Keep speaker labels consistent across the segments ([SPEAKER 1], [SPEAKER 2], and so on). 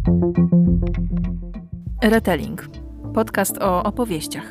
[SPEAKER 1] Retelling. Podcast o opowieściach.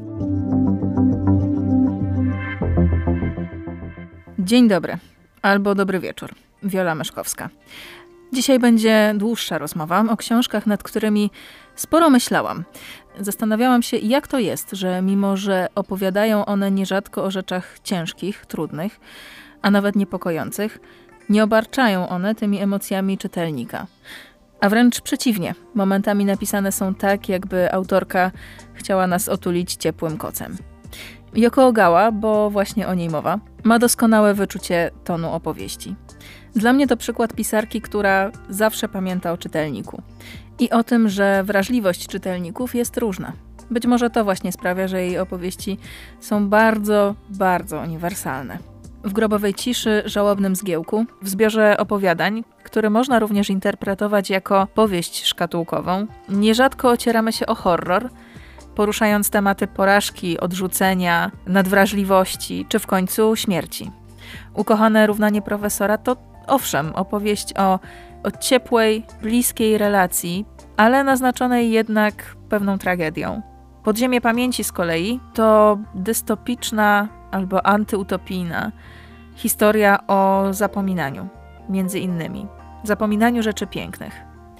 [SPEAKER 1] Dzień dobry, albo dobry wieczór. Wiola Myszkowska. Dzisiaj będzie dłuższa rozmowa o książkach, nad którymi sporo myślałam. Zastanawiałam się, jak to jest, że mimo, że opowiadają one nierzadko o rzeczach ciężkich, trudnych, a nawet niepokojących, nie obarczają one tymi emocjami czytelnika. A wręcz przeciwnie, momentami napisane są tak, jakby autorka chciała nas otulić ciepłym kocem. Yoko Ogawa, bo właśnie o niej mowa, ma doskonałe wyczucie tonu opowieści. Dla mnie to przykład pisarki, która zawsze pamięta o czytelniku. I o tym, że wrażliwość czytelników jest różna. Być może to właśnie sprawia, że jej opowieści są bardzo, bardzo uniwersalne. W grobowej ciszy, żałobnym zgiełku, w zbiorze opowiadań, który można również interpretować jako powieść szkatułkową, nierzadko ocieramy się o horror, poruszając tematy porażki, odrzucenia, nadwrażliwości czy w końcu śmierci. Ukochane równanie profesora to owszem opowieść o ciepłej, bliskiej relacji, ale naznaczonej jednak pewną tragedią. Podziemie pamięci z kolei to dystopiczna albo antyutopijna historia o zapominaniu, między innymi. Zapominaniu rzeczy pięknych.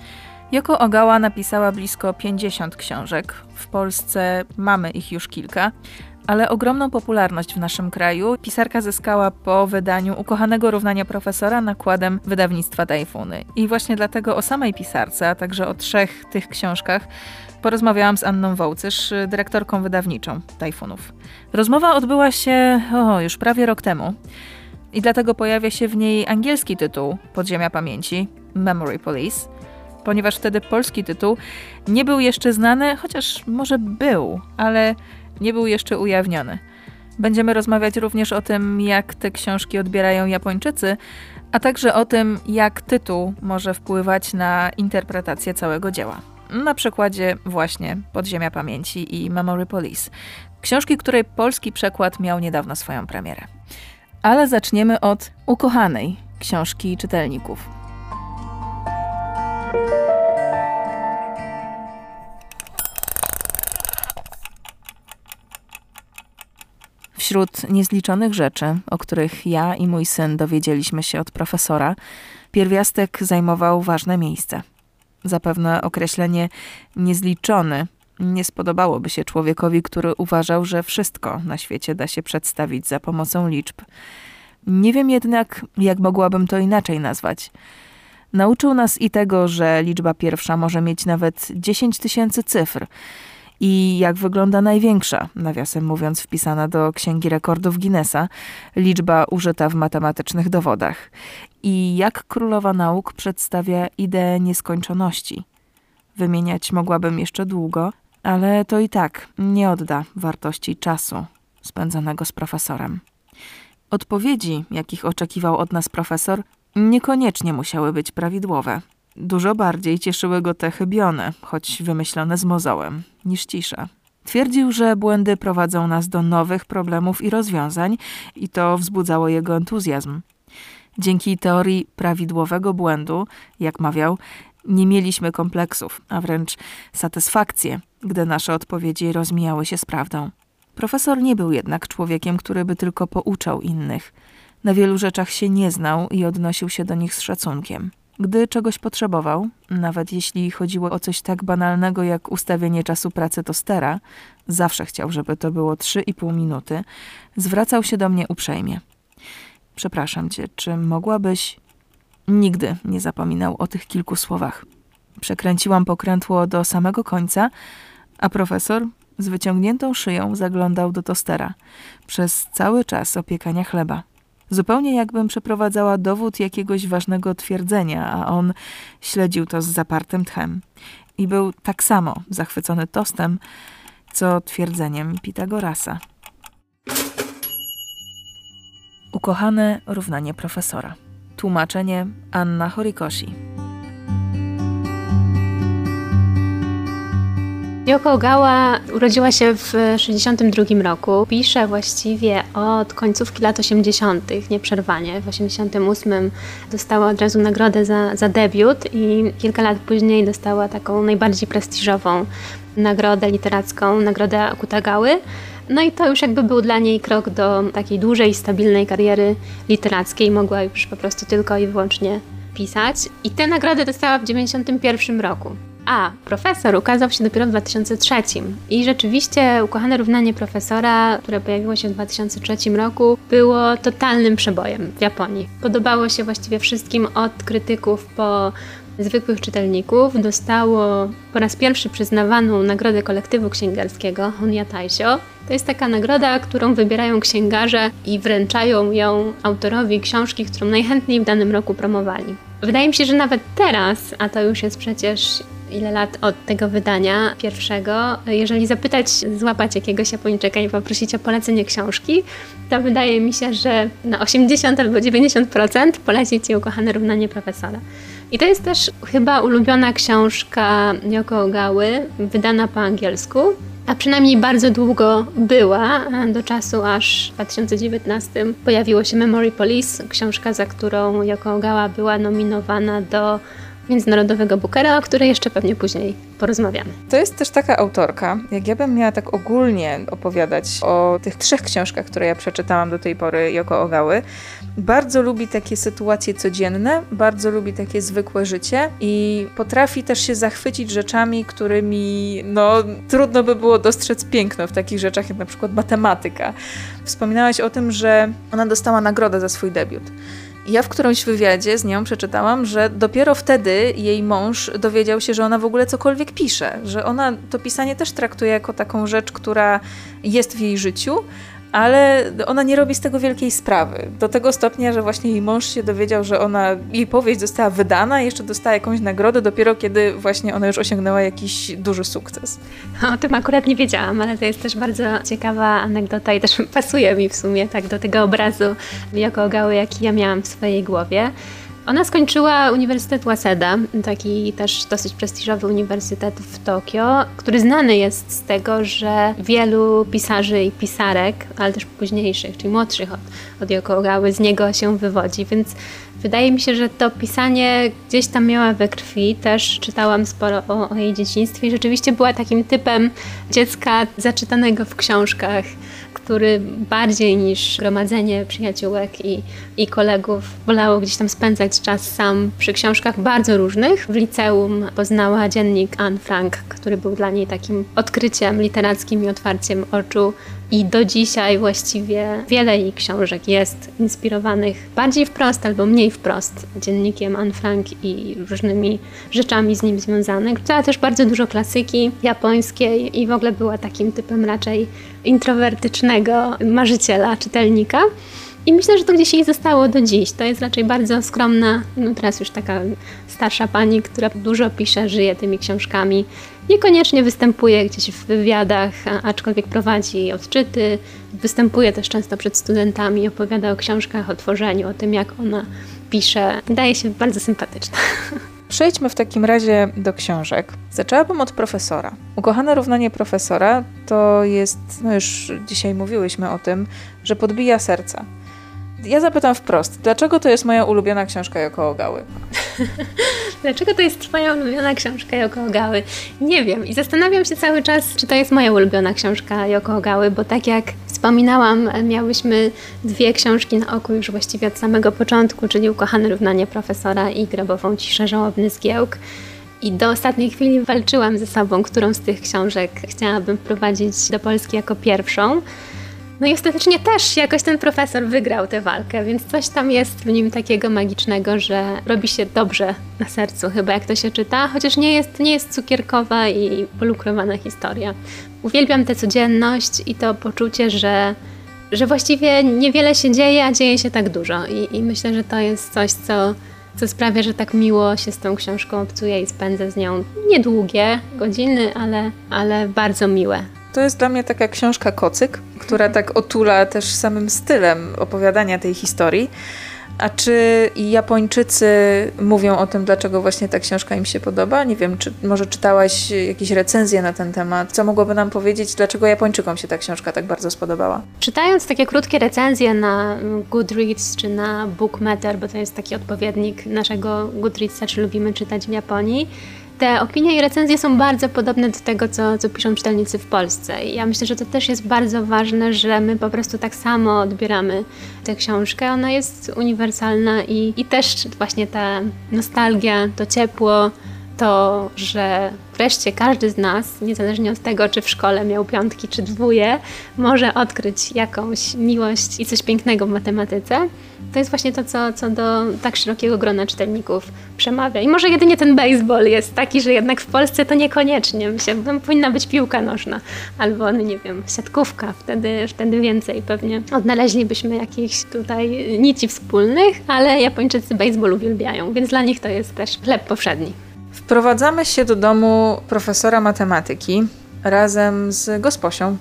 [SPEAKER 1] Yoko Ogawa napisała blisko 50 książek. W Polsce mamy ich już kilka, ale ogromną popularność w naszym kraju pisarka zyskała po wydaniu Ukochanego równania profesora nakładem wydawnictwa Tajfuny. I właśnie dlatego o samej pisarce, a także o 3 tych książkach porozmawiałam z Anną Wołcysz, dyrektorką wydawniczą Tajfunów. Rozmowa odbyła się już prawie rok temu i dlatego pojawia się w niej angielski tytuł Podziemia pamięci, Memory Police, ponieważ wtedy polski tytuł nie był jeszcze znany, chociaż może był, ale nie był jeszcze ujawniony. Będziemy rozmawiać również o tym, jak te książki odbierają Japończycy, a także o tym, jak tytuł może wpływać na interpretację całego dzieła. Na przykładzie właśnie Podziemia pamięci i Memory Police. Książki, której polski przekład miał niedawno swoją premierę. Ale zaczniemy od ukochanej książki czytelników. Wśród niezliczonych rzeczy, o których ja i mój syn dowiedzieliśmy się od profesora, pierwiastek zajmował ważne miejsce. Zapewne określenie niezliczony nie spodobałoby się człowiekowi, który uważał, że wszystko na świecie da się przedstawić za pomocą liczb. Nie wiem jednak, jak mogłabym to inaczej nazwać. Nauczył nas i tego, że liczba pierwsza może mieć nawet 10 000 cyfr i jak wygląda największa, nawiasem mówiąc wpisana do Księgi Rekordów Guinnessa, liczba użyta w matematycznych dowodach i jak królowa nauk przedstawia ideę nieskończoności. Wymieniać mogłabym jeszcze długo, ale to i tak nie odda wartości czasu spędzonego z profesorem. Odpowiedzi, jakich oczekiwał od nas profesor, niekoniecznie musiały być prawidłowe. Dużo bardziej cieszyły go te chybione, choć wymyślone z mozołem, niż cisza. Twierdził, że błędy prowadzą nas do nowych problemów i rozwiązań i to wzbudzało jego entuzjazm. Dzięki teorii prawidłowego błędu, jak mawiał, nie mieliśmy kompleksów, a wręcz satysfakcję, gdy nasze odpowiedzi rozmijały się z prawdą. Profesor nie był jednak człowiekiem, który by tylko pouczał innych. Na wielu rzeczach się nie znał i odnosił się do nich z szacunkiem. Gdy czegoś potrzebował, nawet jeśli chodziło o coś tak banalnego jak ustawienie czasu pracy tostera, zawsze chciał, żeby to było 3,5 minuty, zwracał się do mnie uprzejmie. Przepraszam cię, czy mogłabyś... Nigdy nie zapominał o tych kilku słowach. Przekręciłam pokrętło do samego końca, a profesor z wyciągniętą szyją zaglądał do tostera przez cały czas opiekania chleba. Zupełnie jakbym przeprowadzała dowód jakiegoś ważnego twierdzenia, a on śledził to z zapartym tchem. I był tak samo zachwycony tostem, co twierdzeniem Pitagorasa. Ukochane równanie profesora. Tłumaczenie Anna Horikoshi.
[SPEAKER 2] Yoko Ogawa urodziła się w 1962 roku. Pisze właściwie od końcówki lat 80. nieprzerwanie. W 1988 dostała od razu nagrodę za debiut i kilka lat później dostała taką najbardziej prestiżową nagrodę literacką, nagrodę Akutagały. No i to już jakby był dla niej krok do takiej dłużej, stabilnej kariery literackiej. Mogła już po prostu tylko i wyłącznie pisać. I tę nagrodę dostała w 1991 roku. A profesor ukazał się dopiero w 2003 i rzeczywiście Ukochane równanie profesora, które pojawiło się w 2003 roku, było totalnym przebojem w Japonii. Podobało się właściwie wszystkim, od krytyków po zwykłych czytelników. Dostało po raz pierwszy przyznawaną nagrodę kolektywu księgarskiego Honya Taisho. To jest taka nagroda, którą wybierają księgarze i wręczają ją autorowi książki, którą najchętniej w danym roku promowali. Wydaje mi się, że nawet teraz, a to już jest przecież ile lat od tego wydania pierwszego, jeżeli złapać jakiegoś Japończyka i poprosić o polecenie książki, to wydaje mi się, że na 80 albo 90% poleci Ci Ukochane równanie profesora. I to jest też chyba ulubiona książka Yoko Ogawy, wydana po angielsku, a przynajmniej bardzo długo była, do czasu aż w 2019 pojawiło się Memory Police, książka, za którą Yoko Ogawa była nominowana do Międzynarodowego Bookera, o której jeszcze pewnie później porozmawiamy.
[SPEAKER 1] To jest też taka autorka, jak ja bym miała tak ogólnie opowiadać o tych 3 książkach, które ja przeczytałam do tej pory Yoko Ogawy. Bardzo lubi takie sytuacje codzienne, bardzo lubi takie zwykłe życie i potrafi też się zachwycić rzeczami, którymi trudno by było dostrzec piękno w takich rzeczach, jak na przykład matematyka. Wspominałaś o tym, że ona dostała nagrodę za swój debiut. Ja w którymś wywiadzie z nią przeczytałam, że dopiero wtedy jej mąż dowiedział się, że ona w ogóle cokolwiek pisze, że ona to pisanie też traktuje jako taką rzecz, która jest w jej życiu, ale ona nie robi z tego wielkiej sprawy. Do tego stopnia, że właśnie jej mąż się dowiedział, że jej powieść została wydana i jeszcze dostała jakąś nagrodę dopiero kiedy właśnie ona już osiągnęła jakiś duży sukces.
[SPEAKER 2] O tym akurat nie wiedziałam, ale to jest też bardzo ciekawa anegdota i też pasuje mi w sumie tak do tego obrazu Yoko Ogawy, jaki ja miałam w swojej głowie. Ona skończyła Uniwersytet Waseda, taki też dosyć prestiżowy uniwersytet w Tokio, który znany jest z tego, że wielu pisarzy i pisarek, ale też późniejszych, czyli młodszych od Yoko Ogawy, z niego się wywodzi, więc wydaje mi się, że to pisanie gdzieś tam miała we krwi. Też czytałam sporo o jej dzieciństwie i rzeczywiście była takim typem dziecka zaczytanego w książkach, który bardziej niż gromadzenie przyjaciółek i kolegów wolało gdzieś tam spędzać czas sam przy książkach bardzo różnych. W liceum poznała dziennik Anne Frank, który był dla niej takim odkryciem literackim i otwarciem oczu. I do dzisiaj właściwie wiele jej książek jest inspirowanych bardziej wprost albo mniej wprost dziennikiem Anne Frank i różnymi rzeczami z nim związanych. Czytała też bardzo dużo klasyki japońskiej i w ogóle była takim typem raczej introwertycznego marzyciela, czytelnika. I myślę, że to gdzieś jej zostało do dziś. To jest raczej bardzo skromna, teraz już taka starsza pani, która dużo pisze, żyje tymi książkami. Niekoniecznie występuje gdzieś w wywiadach, aczkolwiek prowadzi odczyty. Występuje też często przed studentami, opowiada o książkach, o tworzeniu, o tym, jak ona pisze. Wydaje się bardzo sympatyczna.
[SPEAKER 1] Przejdźmy w takim razie do książek. Zaczęłabym od profesora. Ukochane równanie profesora to jest, już dzisiaj mówiłyśmy o tym, że podbija serca. Ja zapytam wprost, dlaczego to jest moja ulubiona książka Yoko Ogawy?
[SPEAKER 2] Dlaczego to jest twoja ulubiona książka Yoko Ogawy? Nie wiem i zastanawiam się cały czas, czy to jest moja ulubiona książka Yoko Ogawy, bo tak jak wspominałam, miałyśmy 2 książki na oku już właściwie od samego początku, czyli Ukochane równanie profesora i Grobową ciszę żałobny zgiełk. I do ostatniej chwili walczyłam ze sobą, którą z tych książek chciałabym wprowadzić do Polski jako pierwszą. No i ostatecznie też jakoś ten profesor wygrał tę walkę, więc coś tam jest w nim takiego magicznego, że robi się dobrze na sercu chyba jak to się czyta, chociaż nie jest cukierkowa i polukrowana historia. Uwielbiam tę codzienność i to poczucie, że właściwie niewiele się dzieje, a dzieje się tak dużo i myślę, że to jest coś, co sprawia, że tak miło się z tą książką obcuje i spędzę z nią niedługie godziny, ale bardzo miłe.
[SPEAKER 1] To jest dla mnie taka książka kocyk, która tak otula też samym stylem opowiadania tej historii. A czy Japończycy mówią o tym, dlaczego właśnie ta książka im się podoba? Nie wiem, czy może czytałaś jakieś recenzje na ten temat? Co mogłoby nam powiedzieć, dlaczego Japończykom się ta książka tak bardzo spodobała?
[SPEAKER 2] Czytając takie krótkie recenzje na Goodreads czy na Bookmeter, bo to jest taki odpowiednik naszego Goodreadsa, czy lubimy czytać w Japonii, te opinie i recenzje są bardzo podobne do tego, co piszą czytelnicy w Polsce. I ja myślę, że to też jest bardzo ważne, że my po prostu tak samo odbieramy tę książkę. Ona jest uniwersalna i też właśnie ta nostalgia, to ciepło, to, że wreszcie każdy z nas, niezależnie od tego, czy w szkole miał 5 czy 2, może odkryć jakąś miłość i coś pięknego w matematyce. To jest właśnie to, co do tak szerokiego grona czytelników przemawia. I może jedynie ten baseball jest taki, że jednak w Polsce to niekoniecznie. Tam powinna być piłka nożna albo, nie wiem, siatkówka. Wtedy więcej pewnie odnaleźlibyśmy jakichś tutaj nici wspólnych, ale Japończycy baseball uwielbiają, więc dla nich to jest też chleb powszedni.
[SPEAKER 1] Wprowadzamy się do domu profesora matematyki razem z gosposią,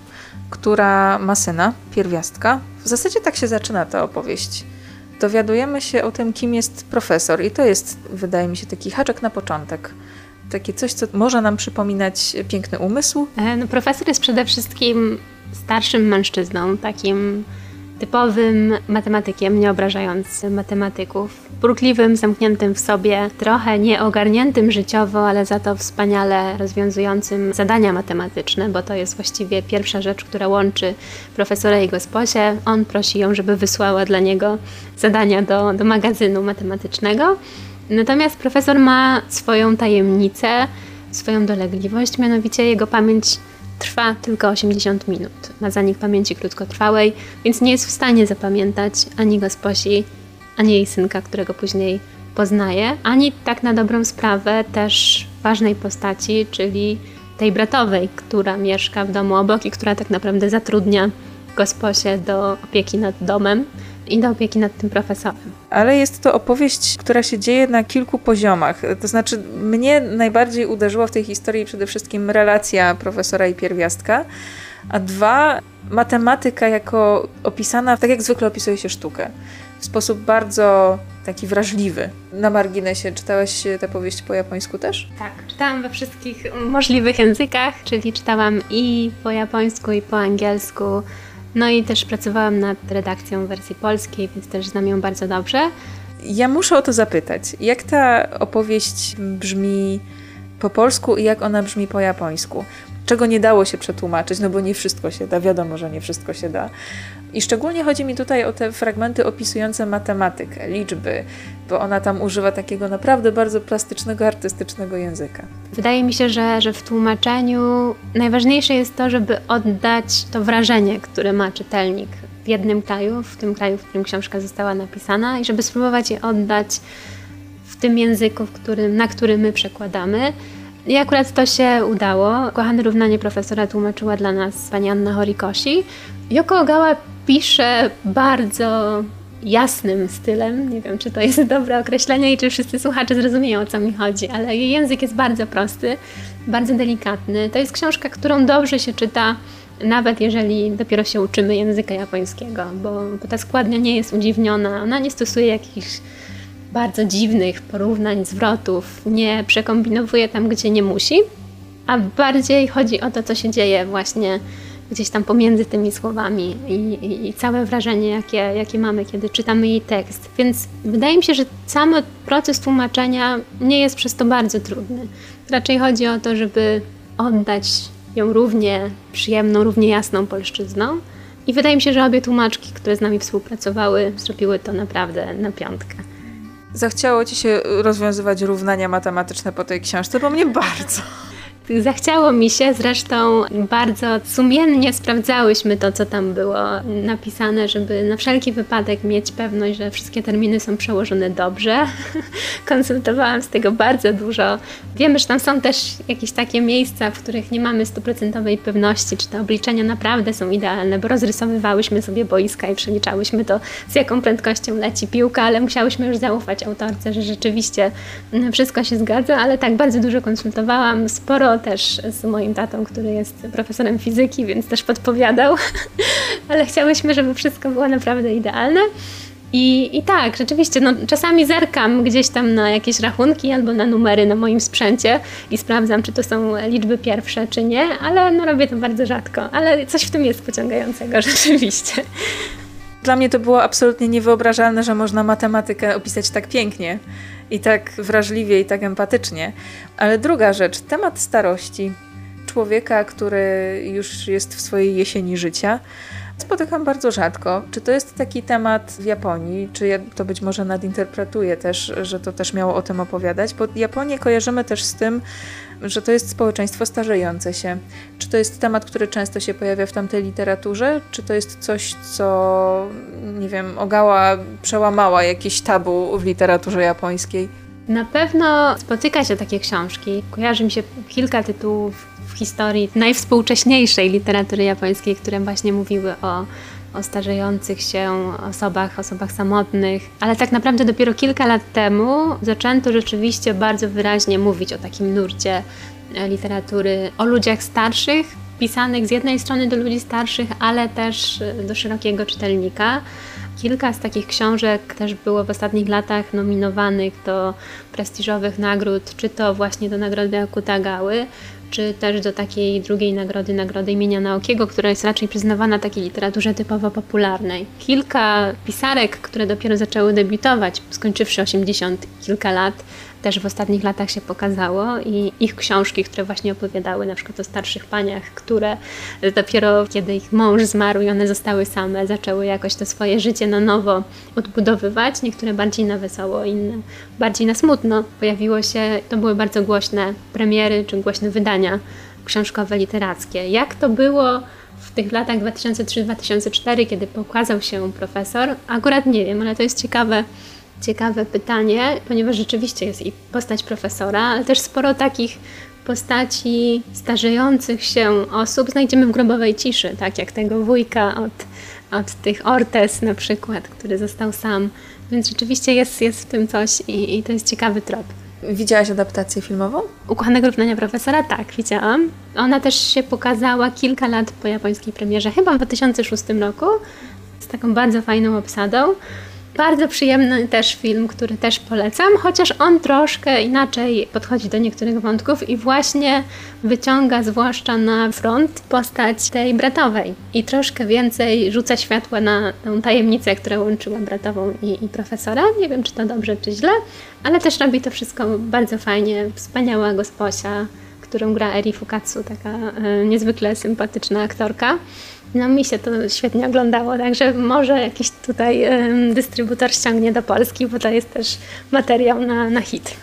[SPEAKER 1] która ma syna, pierwiastka. W zasadzie tak się zaczyna ta opowieść. Dowiadujemy się o tym, kim jest profesor i to jest, wydaje mi się, taki haczek na początek. Takie coś, co może nam przypominać piękny umysł.
[SPEAKER 2] Profesor jest przede wszystkim starszym mężczyzną, takim typowym matematykiem, nie obrażając matematyków, burkliwym, zamkniętym w sobie, trochę nieogarniętym życiowo, ale za to wspaniale rozwiązującym zadania matematyczne, bo to jest właściwie pierwsza rzecz, która łączy profesora i gosposię. On prosi ją, żeby wysłała dla niego zadania do magazynu matematycznego. Natomiast profesor ma swoją tajemnicę, swoją dolegliwość, mianowicie jego pamięć trwa tylko 80 minut. Ma zanik pamięci krótkotrwałej, więc nie jest w stanie zapamiętać ani gosposi, ani jej synka, którego później poznaje, ani tak na dobrą sprawę też ważnej postaci, czyli tej bratowej, która mieszka w domu obok i która tak naprawdę zatrudnia gosposię do opieki nad domem i do opieki nad tym profesorem.
[SPEAKER 1] Ale jest to opowieść, która się dzieje na kilku poziomach. To znaczy, mnie najbardziej uderzyła w tej historii przede wszystkim relacja profesora i pierwiastka, a 2, matematyka jako opisana, tak jak zwykle opisuje się sztukę, w sposób bardzo taki wrażliwy. Na marginesie, czytałaś tę powieść po japońsku też?
[SPEAKER 2] Tak, czytałam we wszystkich możliwych językach, czyli czytałam i po japońsku, i po angielsku. No i też pracowałam nad redakcją wersji polskiej, więc też znam ją bardzo dobrze.
[SPEAKER 1] Ja muszę o to zapytać. Jak ta opowieść brzmi po polsku i jak ona brzmi po japońsku? Czego nie dało się przetłumaczyć, no bo nie wszystko się da, wiadomo, że nie wszystko się da. I szczególnie chodzi mi tutaj o te fragmenty opisujące matematykę, liczby, bo ona tam używa takiego naprawdę bardzo plastycznego, artystycznego języka.
[SPEAKER 2] Wydaje mi się, że w tłumaczeniu najważniejsze jest to, żeby oddać to wrażenie, które ma czytelnik w jednym kraju, w tym kraju, w którym książka została napisana i żeby spróbować je oddać w tym języku, na który my przekładamy. I akurat to się udało. Kochane równanie profesora tłumaczyła dla nas pani Anna Horikoshi. Yoko Ogawa pisze bardzo jasnym stylem. Nie wiem, czy to jest dobre określenie i czy wszyscy słuchacze zrozumieją, o co mi chodzi, ale jej język jest bardzo prosty, bardzo delikatny. To jest książka, którą dobrze się czyta, nawet jeżeli dopiero się uczymy języka japońskiego, bo ta składnia nie jest udziwniona, ona nie stosuje jakichś bardzo dziwnych porównań, zwrotów, nie przekombinowuje tam, gdzie nie musi, a bardziej chodzi o to, co się dzieje właśnie gdzieś tam pomiędzy tymi słowami i całe wrażenie, jakie mamy, kiedy czytamy jej tekst. Więc wydaje mi się, że sam proces tłumaczenia nie jest przez to bardzo trudny. Raczej chodzi o to, żeby oddać ją równie przyjemną, równie jasną polszczyzną. I wydaje mi się, że obie tłumaczki, które z nami współpracowały, zrobiły to naprawdę na 5.
[SPEAKER 1] Zachciało ci się rozwiązywać równania matematyczne po tej książce, bo mnie bardzo.
[SPEAKER 2] Zachciało mi się, zresztą bardzo sumiennie sprawdzałyśmy to, co tam było napisane, żeby na wszelki wypadek mieć pewność, że wszystkie terminy są przełożone dobrze. Konsultowałam z tego bardzo dużo. Wiemy, że tam są też jakieś takie miejsca, w których nie mamy 100% pewności, czy te obliczenia naprawdę są idealne, bo rozrysowywałyśmy sobie boiska i przeliczałyśmy to, z jaką prędkością leci piłka, ale musiałyśmy już zaufać autorce, że rzeczywiście wszystko się zgadza, ale tak, bardzo dużo konsultowałam, sporo też z moim tatą, który jest profesorem fizyki, więc też podpowiadał, ale chciałyśmy, żeby wszystko było naprawdę idealne. I tak, rzeczywiście, no, czasami zerkam gdzieś tam na jakieś rachunki albo na numery na moim sprzęcie i sprawdzam, czy to są liczby pierwsze, czy nie, ale no, robię to bardzo rzadko. Ale coś w tym jest pociągającego, rzeczywiście.
[SPEAKER 1] Dla mnie to było absolutnie niewyobrażalne, że można matematykę opisać tak pięknie i tak wrażliwie i tak empatycznie. Ale druga rzecz, temat starości człowieka, który już jest w swojej jesieni życia, spotykam bardzo rzadko. Czy to jest taki temat w Japonii? Czy ja to być może nadinterpretuję też, że to też miało o tym opowiadać? Bo Japonię kojarzymy też z tym, że to jest społeczeństwo starzejące się. Czy to jest temat, który często się pojawia w tamtej literaturze? Czy to jest coś, co, nie wiem, przełamała jakieś tabu w literaturze japońskiej?
[SPEAKER 2] Na pewno spotyka się takie książki. Kojarzy mi się kilka tytułów w historii najwspółcześniejszej literatury japońskiej, które właśnie mówiły o starzejących się osobach samotnych. Ale tak naprawdę dopiero kilka lat temu zaczęto rzeczywiście bardzo wyraźnie mówić o takim nurcie literatury, o ludziach starszych, pisanych z jednej strony do ludzi starszych, ale też do szerokiego czytelnika. Kilka z takich książek też było w ostatnich latach nominowanych do prestiżowych nagród, czy to właśnie do nagrody Akutagały, czy też do takiej drugiej nagrody imienia Naokiego, która jest raczej przyznawana takiej literaturze typowo popularnej. Kilka pisarek, które dopiero zaczęły debiutować, skończywszy 80 kilka lat, też w ostatnich latach się pokazało i ich książki, które właśnie opowiadały na przykład o starszych paniach, które dopiero kiedy ich mąż zmarł i one zostały same, zaczęły jakoś to swoje życie na nowo odbudowywać, niektóre bardziej na wesoło, inne bardziej na smutno. To były bardzo głośne premiery czy głośne wydania książkowe, literackie. Jak to było w tych latach 2003-2004, kiedy pokazał się Profesor? Akurat nie wiem, ale to jest ciekawe pytanie, ponieważ rzeczywiście jest i postać profesora, ale też sporo takich postaci starzejących się osób znajdziemy w Grobowej ciszy, tak jak tego wujka od tych Ortes na przykład, który został sam. Więc rzeczywiście jest w tym coś i to jest ciekawy trop.
[SPEAKER 1] Widziałaś adaptację filmową?
[SPEAKER 2] Ukochanego równania profesora? Tak, widziałam. Ona też się pokazała kilka lat po japońskiej premierze, chyba w 2006 roku, z taką bardzo fajną obsadą. Bardzo przyjemny też film, który też polecam, chociaż on troszkę inaczej podchodzi do niektórych wątków i właśnie wyciąga zwłaszcza na front postać tej bratowej i troszkę więcej rzuca światła na tę tajemnicę, która łączyła bratową i profesora. Nie wiem, czy to dobrze, czy źle, ale też robi to wszystko bardzo fajnie. Wspaniała gosposia, którą gra Eri Fukatsu, taka niezwykle sympatyczna aktorka. No mi się to świetnie oglądało, także może jakiś tutaj dystrybutor ściągnie do Polski, bo to jest też materiał na hit.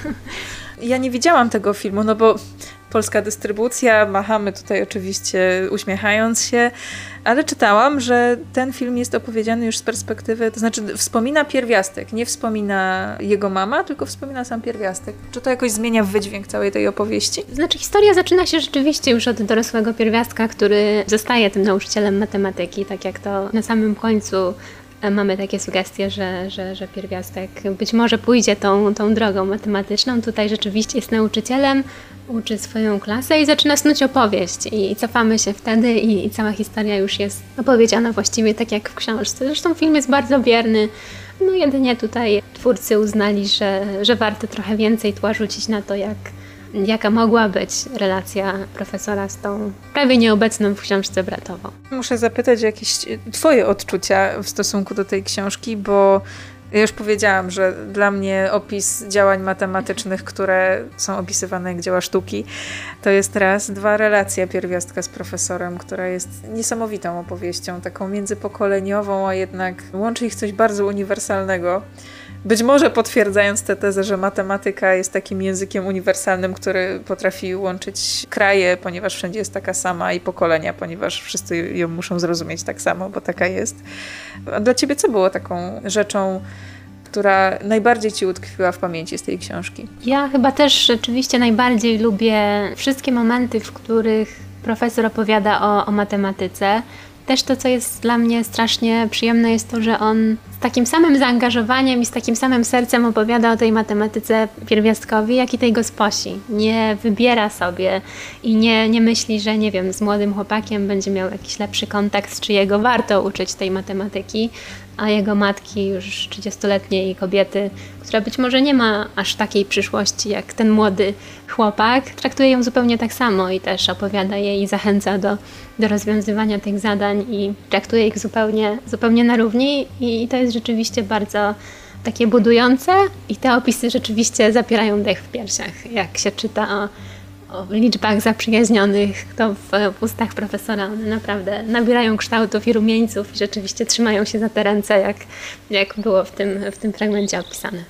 [SPEAKER 1] Ja nie widziałam tego filmu, no bo polska dystrybucja, machamy tutaj oczywiście uśmiechając się, ale czytałam, że ten film jest opowiedziany już z perspektywy, to znaczy wspomina pierwiastek, nie wspomina jego mama, tylko wspomina sam pierwiastek. Czy to jakoś zmienia wydźwięk całej tej opowieści?
[SPEAKER 2] Znaczy historia zaczyna się rzeczywiście już od dorosłego pierwiastka, który zostaje tym nauczycielem matematyki, tak jak to na samym końcu mamy takie sugestie, że pierwiastek być może pójdzie tą drogą matematyczną. Tutaj rzeczywiście jest nauczycielem, uczy swoją klasę i zaczyna snuć opowieść. I cofamy się wtedy i cała historia już jest opowiedziana właściwie tak jak w książce. Zresztą film jest bardzo bierny. No jedynie tutaj twórcy uznali, że warto trochę więcej tła rzucić na to, jaka mogła być relacja profesora z tą prawie nieobecną w książce bratową.
[SPEAKER 1] Muszę zapytać o jakieś twoje odczucia w stosunku do tej książki, bo ja już powiedziałam, że dla mnie opis działań matematycznych, które są opisywane jak dzieła sztuki, to jest raz. Dwa, relacja pierwiastka z profesorem, która jest niesamowitą opowieścią, taką międzypokoleniową, a jednak łączy ich coś bardzo uniwersalnego. Być może potwierdzając tę tezę, że matematyka jest takim językiem uniwersalnym, który potrafi łączyć kraje, ponieważ wszędzie jest taka sama i pokolenia, ponieważ wszyscy ją muszą zrozumieć tak samo, bo taka jest. A dla ciebie co było taką rzeczą, która najbardziej ci utkwiła w pamięci z tej książki?
[SPEAKER 2] Ja chyba też rzeczywiście najbardziej lubię wszystkie momenty, w których profesor opowiada o matematyce. Też to, co jest dla mnie strasznie przyjemne, jest to, że on z takim samym zaangażowaniem i z takim samym sercem opowiada o tej matematyce pierwiastkowi, jak i tej gosposi. Nie wybiera sobie i nie myśli, że nie wiem, z młodym chłopakiem będzie miał jakiś lepszy kontakt, czy jego warto uczyć tej matematyki. a jego matki, już 30-letniej kobiety, która być może nie ma aż takiej przyszłości jak ten młody chłopak, traktuje ją zupełnie tak samo i też opowiada jej i zachęca do rozwiązywania tych zadań i traktuje ich zupełnie na równi i to jest rzeczywiście bardzo takie budujące i te opisy rzeczywiście zapierają dech w piersiach, jak się czyta o liczbach zaprzyjaźnionych, to w ustach profesora one naprawdę nabierają kształtów i rumieńców i rzeczywiście trzymają się za te ręce, jak było w tym fragmencie opisane.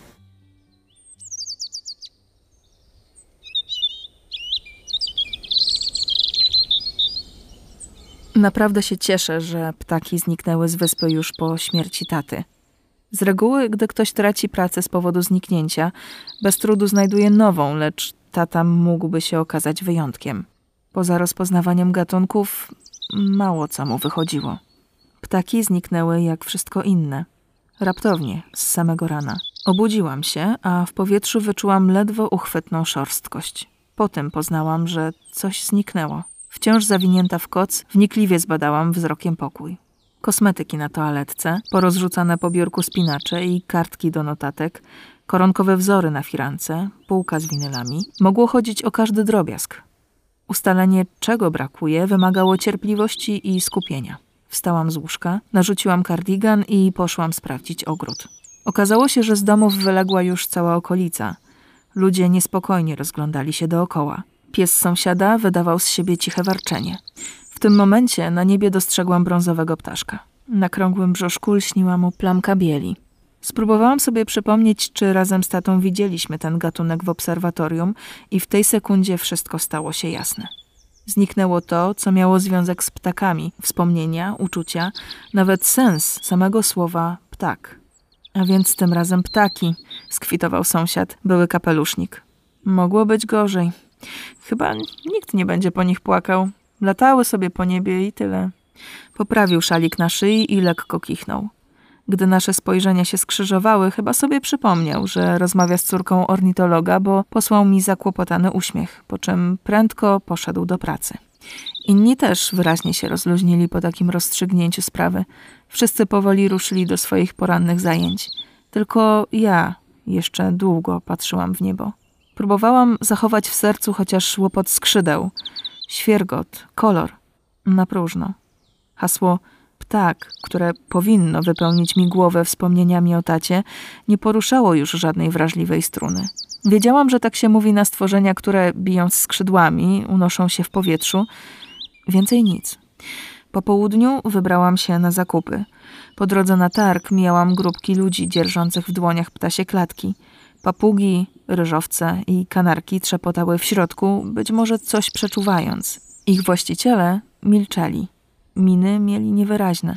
[SPEAKER 1] Naprawdę się cieszę, że ptaki zniknęły z wyspy już po śmierci taty. Z reguły, gdy ktoś traci pracę z powodu zniknięcia, bez trudu znajduje nową, lecz tata mógłby się okazać wyjątkiem. Poza rozpoznawaniem gatunków mało co mu wychodziło. Ptaki zniknęły jak wszystko inne. Raptownie, z samego rana. Obudziłam się, a w powietrzu wyczułam ledwo uchwytną szorstkość. Potem poznałam, że coś zniknęło. Wciąż zawinięta w koc, wnikliwie zbadałam wzrokiem pokój. Kosmetyki na toaletce, porozrzucane po biurku spinacze i kartki do notatek, koronkowe wzory na firance, półka z winylami. Mogło chodzić o każdy drobiazg. Ustalenie, czego brakuje, wymagało cierpliwości i skupienia. Wstałam z łóżka, narzuciłam kardigan i poszłam sprawdzić ogród. Okazało się, że z domów wyległa już cała okolica. Ludzie niespokojnie rozglądali się dookoła. Pies sąsiada wydawał z siebie ciche warczenie. W tym momencie na niebie dostrzegłam brązowego ptaszka. Na krągłym brzuszku lśniła mu plamka bieli. Spróbowałam sobie przypomnieć, czy razem z tatą widzieliśmy ten gatunek w obserwatorium i w tej sekundzie wszystko stało się jasne. Zniknęło to, co miało związek z ptakami, wspomnienia, uczucia, nawet sens samego słowa ptak. A więc tym razem ptaki, skwitował sąsiad, były kapelusznik. Mogło być gorzej. Chyba nikt nie będzie po nich płakał. Latały sobie po niebie i tyle. Poprawił szalik na szyi i lekko kichnął. Gdy nasze spojrzenia się skrzyżowały, chyba sobie przypomniał, że rozmawia z córką ornitologa, bo posłał mi zakłopotany uśmiech, po czym prędko poszedł do pracy. Inni też wyraźnie się rozluźnili po takim rozstrzygnięciu sprawy. Wszyscy powoli ruszyli do swoich porannych zajęć. Tylko ja jeszcze długo patrzyłam w niebo. Próbowałam zachować w sercu chociaż łopot skrzydeł, świergot, kolor. Na próżno. Hasło ptak, które powinno wypełnić mi głowę wspomnieniami o tacie, nie poruszało już żadnej wrażliwej struny. Wiedziałam, że tak się mówi na stworzenia, które bijąc skrzydłami, unoszą się w powietrzu. Więcej nic. Po południu wybrałam się na zakupy. Po drodze na targ mijałam grupki ludzi dzierżących w dłoniach ptasie klatki. Papugi, ryżowce i kanarki trzepotały w środku, być może coś przeczuwając. Ich właściciele milczeli. Miny mieli niewyraźne.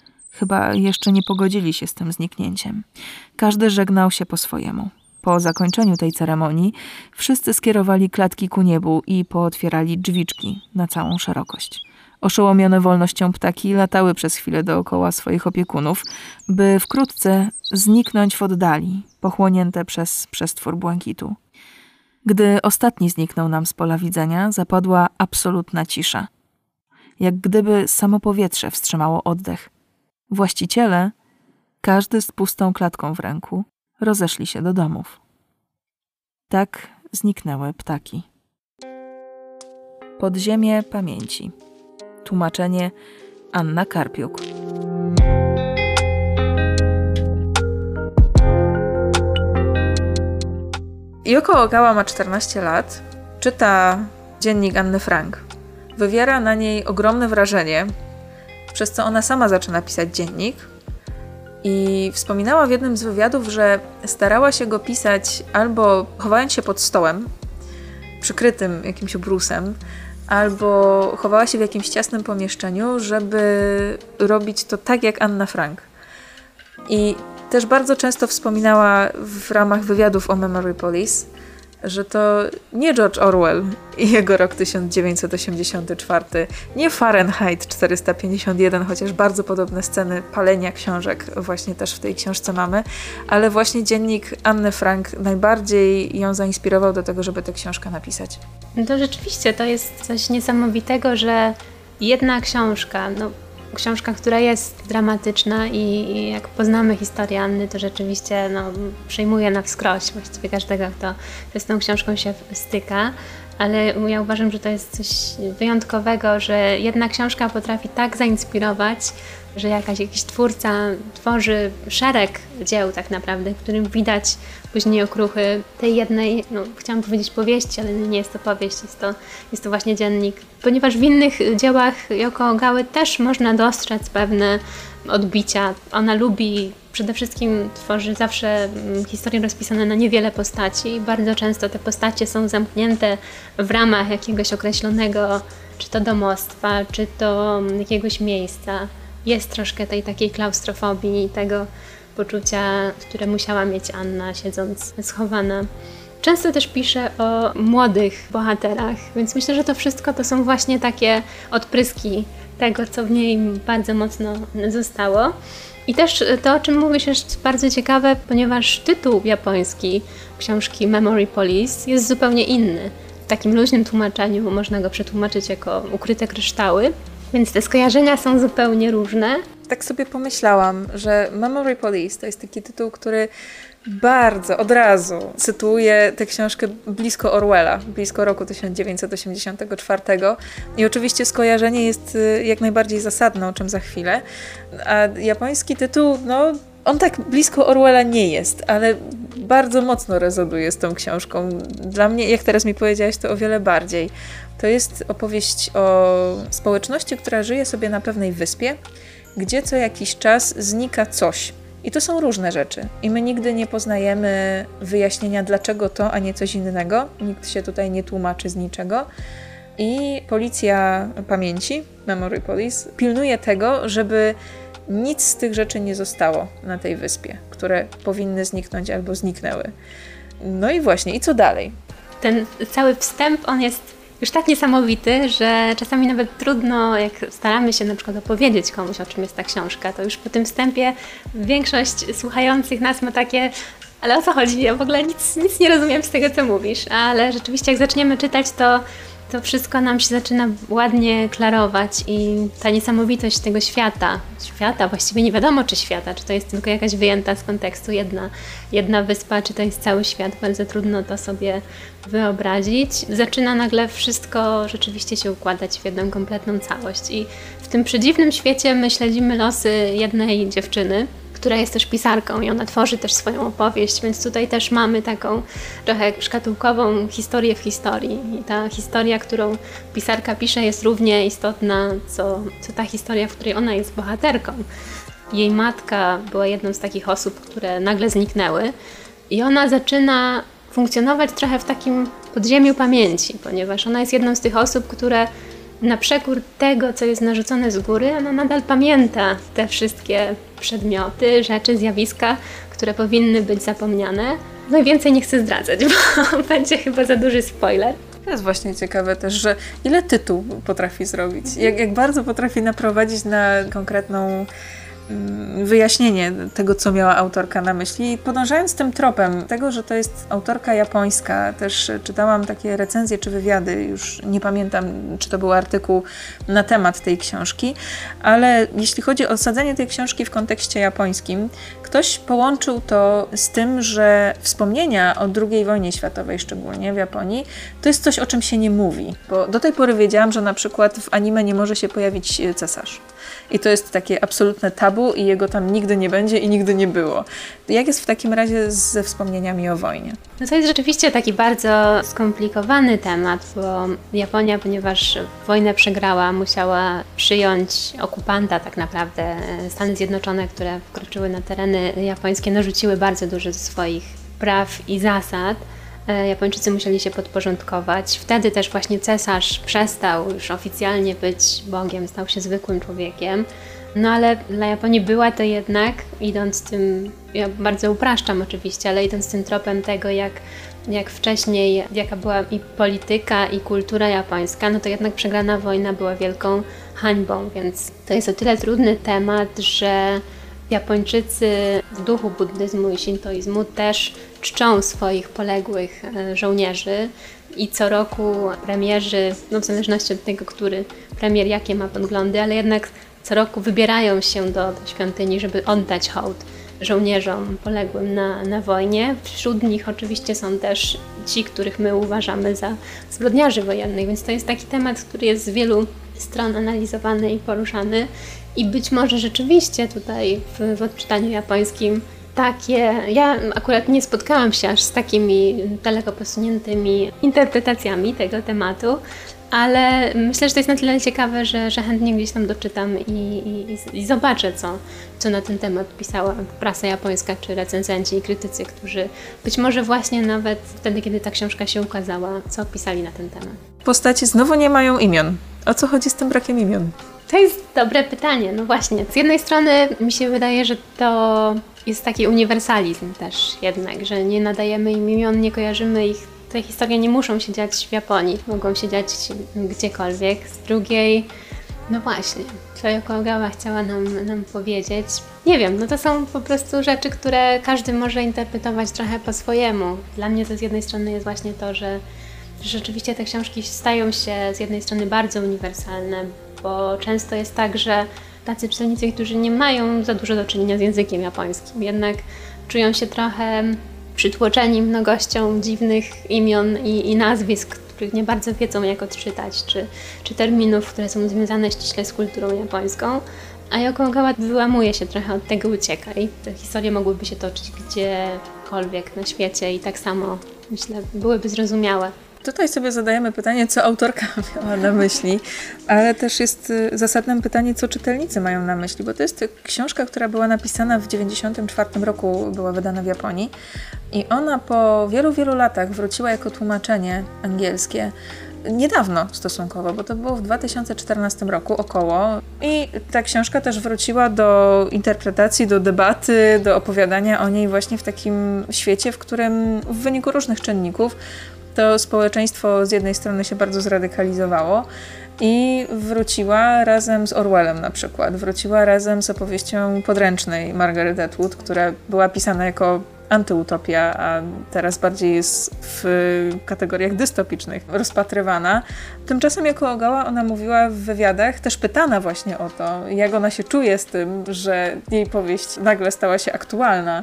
[SPEAKER 1] Chyba jeszcze nie pogodzili się z tym zniknięciem. Każdy żegnał się po swojemu. Po zakończeniu tej ceremonii wszyscy skierowali klatki ku niebu i pootwierali drzwiczki na całą szerokość. Oszołomione wolnością ptaki latały przez chwilę dookoła swoich opiekunów, by wkrótce zniknąć w oddali, pochłonięte przez przestwór błękitu. Gdy ostatni zniknął nam z pola widzenia, zapadła absolutna cisza. Jak gdyby samo powietrze wstrzymało oddech. Właściciele, każdy z pustą klatką w ręku, rozeszli się do domów. Tak zniknęły ptaki. Podziemie pamięci. Tłumaczenie Anna Karpiuk. Yoko Ogawa ma 14 lat, czyta dziennik Anny Frank. Wywiera na niej ogromne wrażenie, przez co ona sama zaczyna pisać dziennik i wspominała w jednym z wywiadów, że starała się go pisać albo chowając się pod stołem, przykrytym jakimś obrusem, albo chowała się w jakimś ciasnym pomieszczeniu, żeby robić to tak jak Anna Frank. I też bardzo często wspominała w ramach wywiadów o Memory Police, że to nie George Orwell i jego rok 1984, nie Fahrenheit 451, chociaż bardzo podobne sceny palenia książek właśnie też w tej książce mamy, ale właśnie dziennik Anny Frank najbardziej ją zainspirował do tego, żeby tę książkę napisać.
[SPEAKER 2] No to rzeczywiście to jest coś niesamowitego, że jedna książka, książka, która jest dramatyczna i jak poznamy historię Anny, to rzeczywiście przejmuje na wskroś właściwie każdego, kto z tą książką się styka. Ale ja uważam, że to jest coś wyjątkowego, że jedna książka potrafi tak zainspirować, że jakiś twórca tworzy szereg dzieł tak naprawdę, w którym widać później okruchy tej jednej, chciałam powiedzieć powieści, ale nie jest to powieść, jest to właśnie dziennik. Ponieważ w innych dziełach Yoko Ogawy też można dostrzec pewne odbicia. Ona lubi, przede wszystkim tworzy zawsze historie rozpisane na niewiele postaci i bardzo często te postacie są zamknięte w ramach jakiegoś określonego, czy to domostwa, czy to jakiegoś miejsca. Jest troszkę tej takiej klaustrofobii i tego poczucia, które musiała mieć Anna, siedząc schowana. Często też pisze o młodych bohaterach, więc myślę, że to wszystko to są właśnie takie odpryski tego, co w niej bardzo mocno zostało. I też to, o czym mówisz, jest bardzo ciekawe, ponieważ tytuł japoński książki Memory Police jest zupełnie inny. W takim luźnym tłumaczeniu można go przetłumaczyć jako Ukryte kryształy, więc te skojarzenia są zupełnie różne.
[SPEAKER 1] Tak sobie pomyślałam, że Memory Police to jest taki tytuł, który bardzo od razu cytuję tę książkę blisko Orwella, blisko roku 1984 i oczywiście skojarzenie jest jak najbardziej zasadne, o czym za chwilę, a japoński tytuł, on tak blisko Orwella nie jest, ale bardzo mocno rezonuje z tą książką. Dla mnie, jak teraz mi powiedziałaś, to o wiele bardziej. To jest opowieść o społeczności, która żyje sobie na pewnej wyspie, gdzie co jakiś czas znika coś. I to są różne rzeczy. I my nigdy nie poznajemy wyjaśnienia, dlaczego to, a nie coś innego. Nikt się tutaj nie tłumaczy z niczego. I policja pamięci, Memory Police, pilnuje tego, żeby nic z tych rzeczy nie zostało na tej wyspie, które powinny zniknąć albo zniknęły. No i właśnie, i co dalej?
[SPEAKER 2] Ten cały wstęp, on jest już tak niesamowity, że czasami nawet trudno, jak staramy się na przykład opowiedzieć komuś, o czym jest ta książka, to już po tym wstępie większość słuchających nas ma takie: ale o co chodzi? Ja w ogóle nic nie rozumiem z tego, co mówisz. Ale rzeczywiście jak zaczniemy czytać, to wszystko nam się zaczyna ładnie klarować i ta niesamowitość tego świata, właściwie nie wiadomo czy świata, czy to jest tylko jakaś wyjęta z kontekstu jedna wyspa, czy to jest cały świat, bardzo trudno to sobie wyobrazić. Zaczyna nagle wszystko rzeczywiście się układać w jedną kompletną całość i w tym przedziwnym świecie my śledzimy losy jednej dziewczyny, która jest też pisarką i ona tworzy też swoją opowieść, więc tutaj też mamy taką trochę szkatułkową historię w historii. I ta historia, którą pisarka pisze, jest równie istotna, co ta historia, w której ona jest bohaterką. Jej matka była jedną z takich osób, które nagle zniknęły i ona zaczyna funkcjonować trochę w takim podziemiu pamięci, ponieważ ona jest jedną z tych osób, które na przekór tego, co jest narzucone z góry, ona nadal pamięta te wszystkie przedmioty, rzeczy, zjawiska, które powinny być zapomniane. No i więcej nie chcę zdradzać, bo będzie chyba za duży spoiler.
[SPEAKER 1] To jest właśnie ciekawe też, że ile tytuł potrafi zrobić, jak bardzo potrafi naprowadzić na konkretną wyjaśnienie tego, co miała autorka na myśli. I podążając tym tropem tego, że to jest autorka japońska, też czytałam takie recenzje czy wywiady, już nie pamiętam, czy to był artykuł na temat tej książki, ale jeśli chodzi o osadzenie tej książki w kontekście japońskim, ktoś połączył to z tym, że wspomnienia o II wojnie światowej, szczególnie w Japonii, to jest coś, o czym się nie mówi. Bo do tej pory wiedziałam, że na przykład w anime nie może się pojawić cesarz. I to jest takie absolutne tabu i jego tam nigdy nie będzie i nigdy nie było. Jak jest w takim razie ze wspomnieniami o wojnie?
[SPEAKER 2] No to jest rzeczywiście taki bardzo skomplikowany temat, bo Japonia, ponieważ wojnę przegrała, musiała przyjąć okupanta tak naprawdę. Stany Zjednoczone, które wkroczyły na tereny japońskie, narzuciły bardzo dużo ze swoich praw i zasad. Japończycy musieli się podporządkować. Wtedy też właśnie cesarz przestał już oficjalnie być Bogiem, stał się zwykłym człowiekiem. No ale dla Japonii była to jednak, idąc tym, ja bardzo upraszczam oczywiście, ale idąc tym tropem tego, jak wcześniej, jaka była i polityka, i kultura japońska, no to jednak przegrana wojna była wielką hańbą, więc to jest o tyle trudny temat, że Japończycy w duchu buddyzmu i szintoizmu też czczą swoich poległych żołnierzy i co roku premierzy, no w zależności od tego, który premier jakie ma poglądy, ale jednak co roku wybierają się do świątyni, żeby oddać hołd żołnierzom poległym na wojnie. Wśród nich oczywiście są też ci, których my uważamy za zbrodniarzy wojennych, więc to jest taki temat, który jest z wielu stron analizowany i poruszany. I być może rzeczywiście tutaj w odczytaniu japońskim ja akurat nie spotkałam się aż z takimi daleko posuniętymi interpretacjami tego tematu, ale myślę, że to jest na tyle ciekawe, że chętnie gdzieś tam doczytam i zobaczę, co na ten temat pisała prasa japońska, czy recenzenci i krytycy, którzy być może właśnie nawet wtedy, kiedy ta książka się ukazała, co pisali na ten temat.
[SPEAKER 3] Postaci znowu nie mają imion. O co chodzi z tym brakiem imion?
[SPEAKER 2] To jest dobre pytanie. No właśnie, z jednej strony mi się wydaje, że to jest taki uniwersalizm też jednak, że nie nadajemy im imion, nie kojarzymy ich. Te historie nie muszą się dziać w Japonii, mogą się dziać gdziekolwiek. Z drugiej, no właśnie, co Yoko Ogawa chciała nam powiedzieć. Nie wiem, no to są po prostu rzeczy, które każdy może interpretować trochę po swojemu. Dla mnie to z jednej strony jest właśnie to, że rzeczywiście te książki stają się z jednej strony bardzo uniwersalne, bo często jest tak, że tacy czytelnicy, którzy nie mają za dużo do czynienia z językiem japońskim, jednak czują się trochę przytłoczeni mnogością dziwnych imion i nazwisk, których nie bardzo wiedzą, jak odczytać, czy terminów, które są związane ściśle z kulturą japońską. A Yoko Ogawa wyłamuje się trochę od tego, ucieka i te historie mogłyby się toczyć gdziekolwiek na świecie i tak samo, myślę, byłyby zrozumiałe.
[SPEAKER 3] Tutaj sobie zadajemy pytanie, co autorka miała na myśli, ale też jest zasadnym pytanie, co czytelnicy mają na myśli, bo to jest książka, która była napisana w 1994 roku, była wydana w Japonii i ona po wielu, wielu latach wróciła jako tłumaczenie angielskie. Niedawno stosunkowo, bo to było w 2014 roku około i ta książka też wróciła do interpretacji, do debaty, do opowiadania o niej właśnie w takim świecie, w którym w wyniku różnych czynników to społeczeństwo z jednej strony się bardzo zradykalizowało i wróciła razem z Orwellem na przykład, wróciła razem z opowieścią podręcznej Margaret Atwood, która była pisana jako antyutopia, a teraz bardziej jest w kategoriach dystopicznych rozpatrywana. Tymczasem Yoko Ogawa, ona mówiła w wywiadach, też pytana właśnie o to, jak ona się czuje z tym, że jej powieść nagle stała się aktualna,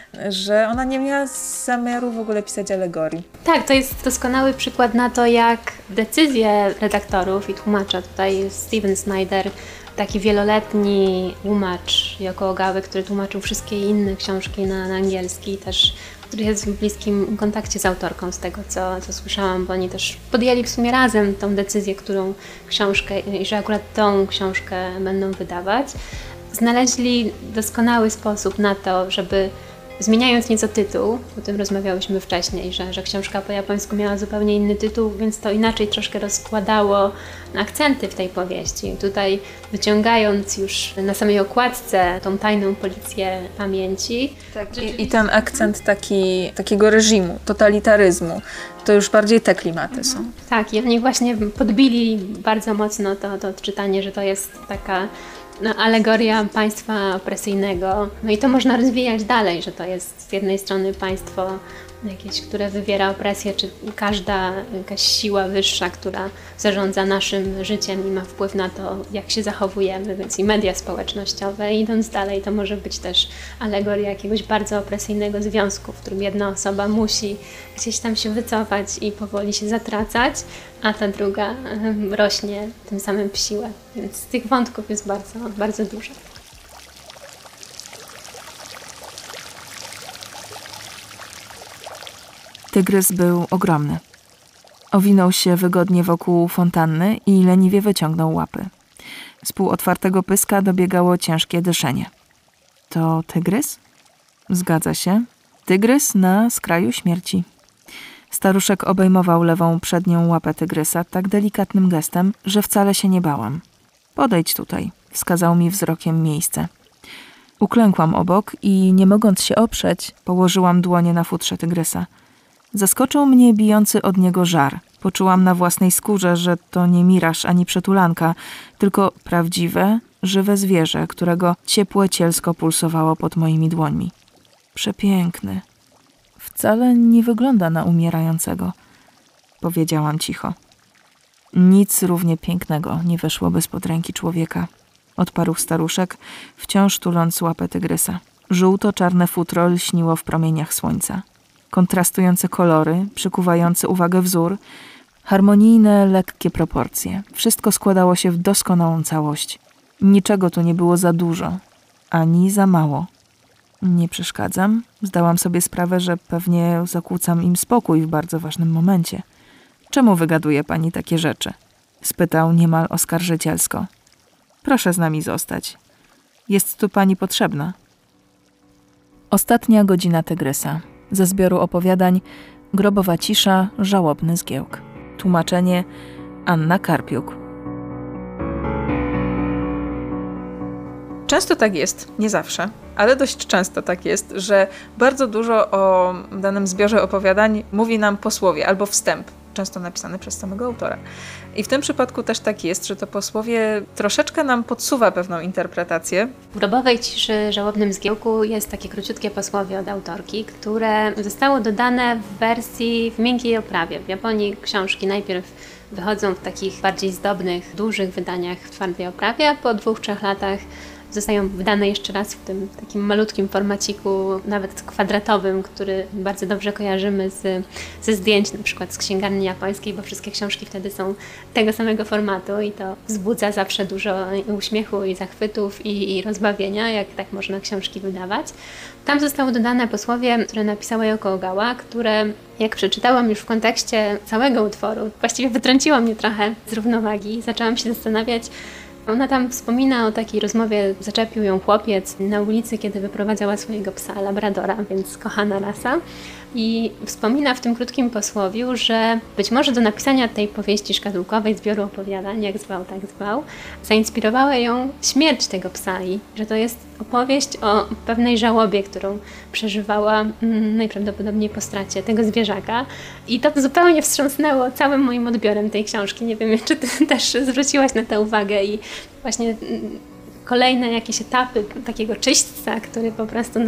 [SPEAKER 3] że ona nie miała zamiaru w ogóle pisać alegorii.
[SPEAKER 2] Tak, to jest doskonały przykład na to, jak decyzje redaktorów i tłumacza, tutaj Steven Snyder, taki wieloletni tłumacz Yoko Ogawy, który tłumaczył wszystkie inne książki na angielski, też który jest w bliskim kontakcie z autorką, z tego co słyszałam, bo oni też podjęli w sumie razem tą decyzję, którą książkę i że akurat tą książkę będą wydawać. Znaleźli doskonały sposób na to, żeby zmieniając nieco tytuł, o tym rozmawiałyśmy wcześniej, że książka po japońsku miała zupełnie inny tytuł, więc to inaczej troszkę rozkładało akcenty w tej powieści. Tutaj wyciągając już na samej okładce tą tajną policję pamięci.
[SPEAKER 3] Tak, i ten akcent takiego reżimu, totalitaryzmu, to już bardziej te klimaty są.
[SPEAKER 2] Tak, i oni właśnie podbili bardzo mocno to odczytanie, że to jest taka alegoria państwa opresyjnego. No i to można rozwijać dalej, że to jest z jednej strony państwo jakieś, które wywiera opresję, czy jakaś siła wyższa, która zarządza naszym życiem i ma wpływ na to, jak się zachowujemy, więc i media społecznościowe. Idąc dalej, to może być też alegoria jakiegoś bardzo opresyjnego związku, w którym jedna osoba musi gdzieś tam się wycofać i powoli się zatracać, a ta druga rośnie tym samym w siłę. Więc tych wątków jest bardzo, bardzo dużo.
[SPEAKER 1] Tygrys był ogromny. Owinął się wygodnie wokół fontanny i leniwie wyciągnął łapy. Z półotwartego pyska dobiegało ciężkie dyszenie. To tygrys? Zgadza się. Tygrys na skraju śmierci. Staruszek obejmował lewą przednią łapę tygrysa tak delikatnym gestem, że wcale się nie bałam. Podejdź tutaj, wskazał mi wzrokiem miejsce. Uklękłam obok i nie mogąc się oprzeć, położyłam dłonie na futrze tygrysa. Zaskoczył mnie bijący od niego żar. Poczułam na własnej skórze, że to nie miraż ani przytulanka, tylko prawdziwe, żywe zwierzę, którego ciepłe cielsko pulsowało pod moimi dłońmi. Przepiękny. Wcale nie wygląda na umierającego, powiedziałam cicho. Nic równie pięknego nie weszłoby spod ręki człowieka. odparł staruszek, wciąż tuląc łapę tygrysa. Żółto-czarne futro lśniło w promieniach słońca. Kontrastujące kolory, przykuwający uwagę wzór, harmonijne, lekkie proporcje. Wszystko składało się w doskonałą całość. Niczego tu nie było za dużo, ani za mało. Nie przeszkadzam. Zdałam sobie sprawę, że pewnie zakłócam im spokój w bardzo ważnym momencie. Czemu wygaduje pani takie rzeczy? Spytał niemal oskarżycielsko. Proszę z nami zostać. Jest tu pani potrzebna. Ostatnia godzina tygrysa. Ze zbioru opowiadań Grobowa cisza, żałobny zgiełk. Tłumaczenie Anna Karpiuk.
[SPEAKER 3] Często tak jest, nie zawsze, ale dość często tak jest, że bardzo dużo o danym zbiorze opowiadań mówi nam posłowie albo wstęp, często napisany przez samego autora. I w tym przypadku też tak jest, że to posłowie troszeczkę nam podsuwa pewną interpretację.
[SPEAKER 2] W Grobowej ciszy, żałobnym zgiełku jest takie króciutkie posłowie od autorki, które zostało dodane w wersji w miękkiej oprawie. W Japonii książki najpierw wychodzą w takich bardziej zdobnych, dużych wydaniach w twardej oprawie, a po 2-3 latach zostają wydane jeszcze raz w tym takim malutkim formaciku, nawet kwadratowym, który bardzo dobrze kojarzymy ze zdjęć, na przykład z księgarni japońskiej, bo wszystkie książki wtedy są tego samego formatu i to wzbudza zawsze dużo uśmiechu i zachwytów i rozbawienia, jak tak można książki wydawać. Tam zostały dodane posłowie, które napisała Yoko Ogawa, które jak przeczytałam już w kontekście całego utworu, właściwie wytrąciło mnie trochę z równowagi. Zaczęłam się zastanawiać. Ona tam wspomina o takiej rozmowie, zaczepił ją chłopiec na ulicy, kiedy wyprowadzała swojego psa, labradora, więc kochana rasa. I wspomina w tym krótkim posłowiu, że być może do napisania tej powieści szkatułkowej, zbioru opowiadań, jak zwał, tak zwał, zainspirowała ją śmierć tego psa i że to jest opowieść o pewnej żałobie, którą przeżywała najprawdopodobniej po stracie tego zwierzaka. I to zupełnie wstrząsnęło całym moim odbiorem tej książki. Nie wiem, czy ty też zwróciłaś na to uwagę i właśnie kolejne jakieś etapy takiego czyśćca, który po prostu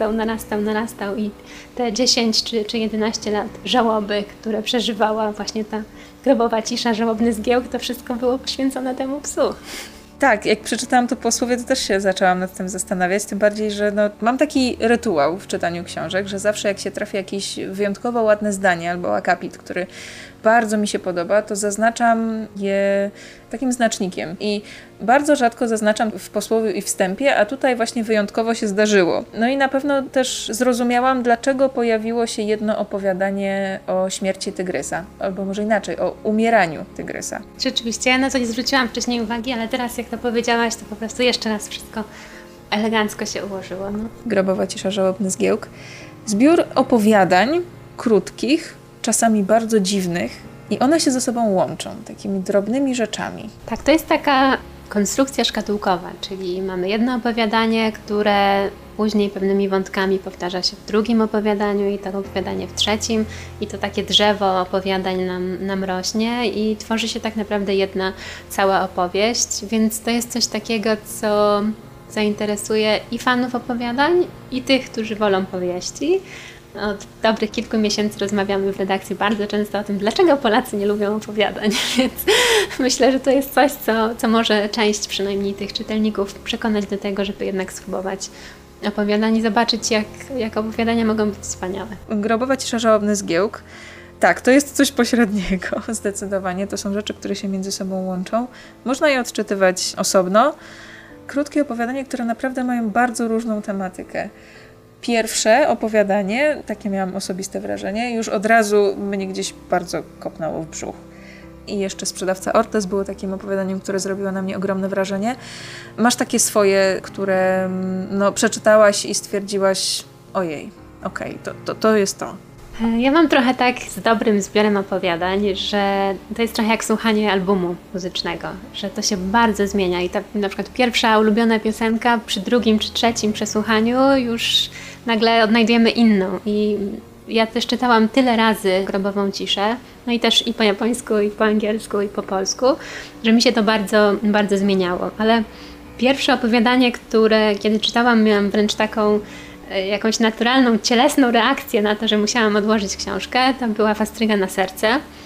[SPEAKER 2] narastał i te 10 czy 11 lat żałoby, które przeżywała właśnie ta grobowa cisza, żałobny zgiełk, to wszystko było poświęcone temu psu.
[SPEAKER 3] Tak, jak przeczytałam to posłowie, to też się zaczęłam nad tym zastanawiać, tym bardziej, że mam taki rytuał w czytaniu książek, że zawsze jak się trafi jakieś wyjątkowo ładne zdanie albo akapit, który bardzo mi się podoba, to zaznaczam je takim znacznikiem i bardzo rzadko zaznaczam w posłowiu i wstępie, a tutaj właśnie wyjątkowo się zdarzyło. No i na pewno też zrozumiałam, dlaczego pojawiło się jedno opowiadanie o śmierci tygrysa, albo może inaczej, o umieraniu tygrysa.
[SPEAKER 2] Rzeczywiście, ja na to nie zwróciłam wcześniej uwagi, ale teraz jak to powiedziałaś, to po prostu jeszcze raz wszystko elegancko się ułożyło. No.
[SPEAKER 3] Grobowa cisza, żałobny zgiełk. Zbiór opowiadań krótkich, czasami bardzo dziwnych i one się ze sobą łączą takimi drobnymi rzeczami.
[SPEAKER 2] Tak, to jest taka konstrukcja szkatułkowa, czyli mamy jedno opowiadanie, które później pewnymi wątkami powtarza się w drugim opowiadaniu i to opowiadanie w trzecim i to takie drzewo opowiadań nam rośnie i tworzy się tak naprawdę jedna cała opowieść, więc to jest coś takiego, co zainteresuje i fanów opowiadań, i tych, którzy wolą powieści. Od dobrych kilku miesięcy rozmawiamy w redakcji bardzo często o tym, dlaczego Polacy nie lubią opowiadań, więc myślę, że to jest coś, co może część przynajmniej tych czytelników przekonać do tego, żeby jednak spróbować opowiadań i zobaczyć, jak opowiadania mogą być wspaniałe.
[SPEAKER 3] Grobowa cisza, żałobny zgiełk. Tak, to jest coś pośredniego, zdecydowanie. To są rzeczy, które się między sobą łączą. Można je odczytywać osobno. Krótkie opowiadania, które naprawdę mają bardzo różną tematykę. Pierwsze opowiadanie, takie miałam osobiste wrażenie, już od razu mnie gdzieś bardzo kopnęło w brzuch. I jeszcze Sprzedawca Ortes było takim opowiadaniem, które zrobiło na mnie ogromne wrażenie. Masz takie swoje, które przeczytałaś i stwierdziłaś, ojej, okej, to jest to.
[SPEAKER 2] Ja mam trochę tak z dobrym zbiorem opowiadań, że to jest trochę jak słuchanie albumu muzycznego, że to się bardzo zmienia i ta na przykład pierwsza ulubiona piosenka przy drugim czy trzecim przesłuchaniu już nagle odnajdujemy inną i ja też czytałam tyle razy Grobową ciszę, no i też i po japońsku, i po angielsku, i po polsku, że mi się to bardzo, bardzo zmieniało, ale pierwsze opowiadanie, które kiedy czytałam, miałam wręcz taką jakąś naturalną, cielesną reakcję na to, że musiałam odłożyć książkę, to była Fastryga na serce.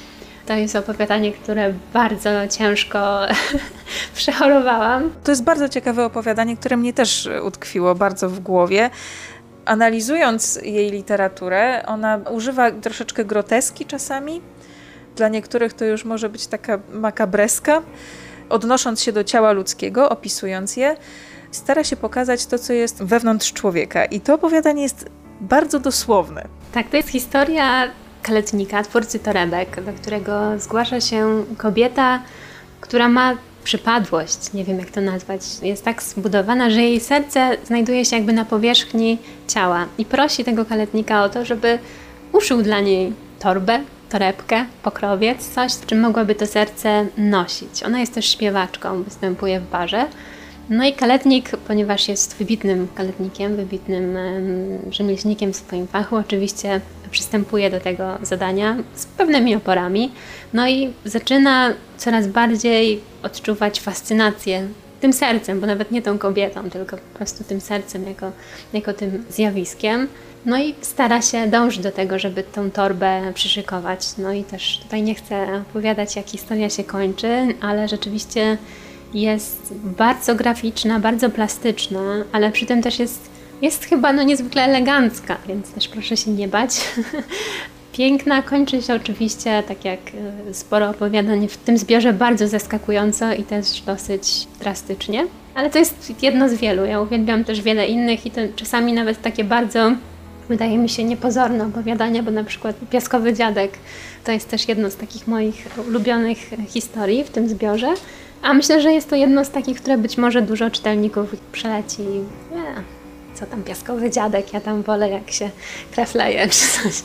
[SPEAKER 2] To jest opowiadanie, które bardzo ciężko przechorowałam.
[SPEAKER 3] To jest bardzo ciekawe opowiadanie, które mnie też utkwiło bardzo w głowie. Analizując jej literaturę, ona używa troszeczkę groteski czasami. Dla niektórych to już może być taka makabreska. Odnosząc się do ciała ludzkiego, opisując je, stara się pokazać to, co jest wewnątrz człowieka. I to opowiadanie jest bardzo dosłowne.
[SPEAKER 2] Tak, to jest historia kaletnika, twórcy torebek, do którego zgłasza się kobieta, która ma przypadłość, nie wiem jak to nazwać, jest tak zbudowana, że jej serce znajduje się jakby na powierzchni ciała i prosi tego kaletnika o to, żeby uszył dla niej torbę, torebkę, pokrowiec, coś, w czym mogłaby to serce nosić. Ona jest też śpiewaczką, występuje w barze. No i kaletnik, ponieważ jest wybitnym kaletnikiem, wybitnym rzemieślnikiem w swoim fachu, oczywiście przystępuje do tego zadania z pewnymi oporami. No i zaczyna coraz bardziej odczuwać fascynację tym sercem, bo nawet nie tą kobietą, tylko po prostu tym sercem jako tym zjawiskiem. No i stara się dążyć do tego, żeby tą torbę przyszykować. No i też tutaj nie chcę opowiadać, jak historia się kończy, ale rzeczywiście jest bardzo graficzna, bardzo plastyczna, ale przy tym też jest chyba niezwykle elegancka, więc też proszę się nie bać. Piękna, kończy się oczywiście, tak jak sporo opowiadań w tym zbiorze, bardzo zaskakująco i też dosyć drastycznie. Ale to jest jedno z wielu. Ja uwielbiam też wiele innych i to czasami nawet takie bardzo, wydaje mi się, niepozorne opowiadania, bo na przykład Piaskowy Dziadek to jest też jedno z takich moich ulubionych historii w tym zbiorze. A myślę, że jest to jedno z takich, które być może dużo czytelników przeleci. Co tam Piaskowy Dziadek, ja tam wolę jak się krew leje czy coś.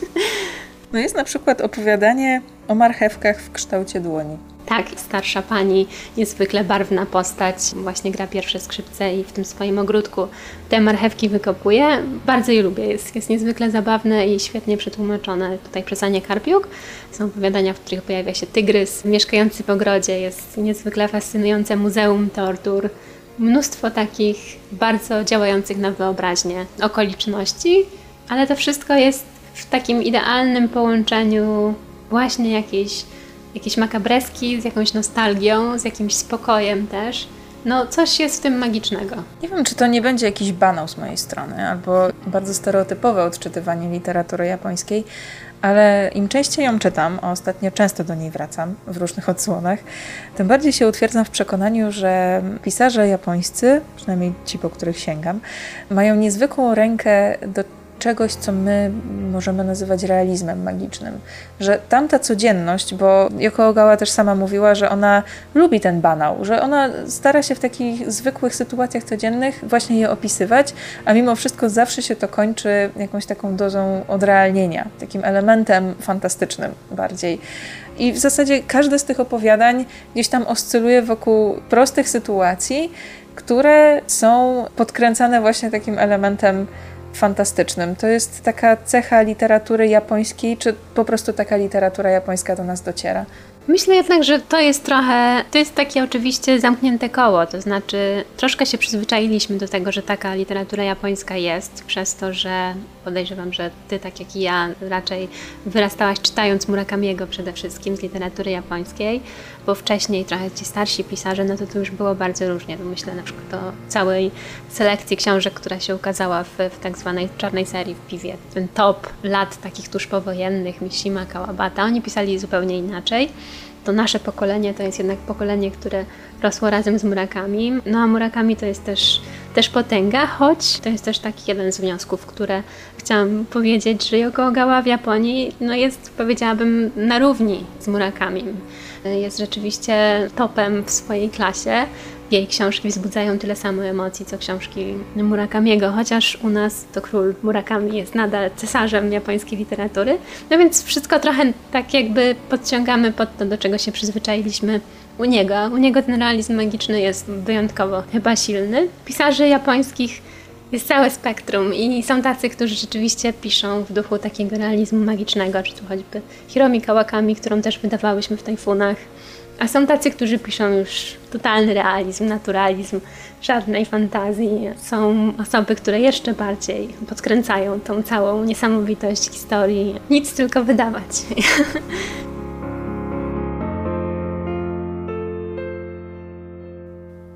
[SPEAKER 3] No jest na przykład opowiadanie o marchewkach w kształcie dłoni.
[SPEAKER 2] Tak, starsza pani, niezwykle barwna postać, właśnie gra pierwsze skrzypce i w tym swoim ogródku te marchewki wykopuje. Bardzo je lubię, jest niezwykle zabawne i świetnie przetłumaczone tutaj przez Anię Karpiuk. Są opowiadania, w których pojawia się tygrys mieszkający w ogrodzie, jest niezwykle fascynujące muzeum tortur. Mnóstwo takich bardzo działających na wyobraźnię okoliczności, ale to wszystko jest w takim idealnym połączeniu właśnie jakiejś makabreski z jakąś nostalgią, z jakimś spokojem też. No coś jest w tym magicznego.
[SPEAKER 3] Nie wiem, czy to nie będzie jakiś banał z mojej strony, albo bardzo stereotypowe odczytywanie literatury japońskiej, ale im częściej ją czytam, a ostatnio często do niej wracam w różnych odsłonach, tym bardziej się utwierdzam w przekonaniu, że pisarze japońscy, przynajmniej ci, po których sięgam, mają niezwykłą rękę do czegoś, co my możemy nazywać realizmem magicznym. Że tamta codzienność, bo Yoko Ogawa też sama mówiła, że ona lubi ten banał, że ona stara się w takich zwykłych sytuacjach codziennych właśnie je opisywać, a mimo wszystko zawsze się to kończy jakąś taką dozą odrealnienia, takim elementem fantastycznym bardziej. I w zasadzie każde z tych opowiadań gdzieś tam oscyluje wokół prostych sytuacji, które są podkręcane właśnie takim elementem fantastycznym. To jest taka cecha literatury japońskiej, czy po prostu taka literatura japońska do nas dociera?
[SPEAKER 2] Myślę jednak, że to jest takie oczywiście zamknięte koło, to znaczy troszkę się przyzwyczailiśmy do tego, że taka literatura japońska jest, przez to, że podejrzewam, że ty, tak jak i ja, raczej wyrastałaś czytając Murakamiego przede wszystkim z literatury japońskiej, bo wcześniej trochę ci starsi pisarze, no to już było bardzo różnie. Myślę na przykład o całej selekcji książek, która się ukazała w tak zwanej czarnej serii w Piwie. Ten top lat takich tuż powojennych, Mishima, Kawabata, oni pisali zupełnie inaczej. To nasze pokolenie to jest jednak pokolenie, które rosło razem z Murakami. No a Murakami to jest też potęga, choć to jest też taki jeden z wniosków, które chciałam powiedzieć, że Yoko Ogawa w Japonii jest, powiedziałabym, na równi z Murakamim. Jest rzeczywiście topem w swojej klasie. Jej książki wzbudzają tyle samo emocji, co książki Murakamiego, chociaż u nas to król Murakami jest nadal cesarzem japońskiej literatury. No więc wszystko trochę tak jakby podciągamy pod to, do czego się przyzwyczailiśmy u niego. U niego ten realizm magiczny jest wyjątkowo chyba silny. Pisarzy japońskich jest całe spektrum i są tacy, którzy rzeczywiście piszą w duchu takiego realizmu magicznego, czy tu choćby Hiromi Kawakami, którą też wydawałyśmy w Tajfunach. A są tacy, którzy piszą już totalny realizm, naturalizm, żadnej fantazji. Są osoby, które jeszcze bardziej podkręcają tą całą niesamowitość historii. Nic tylko wydawać.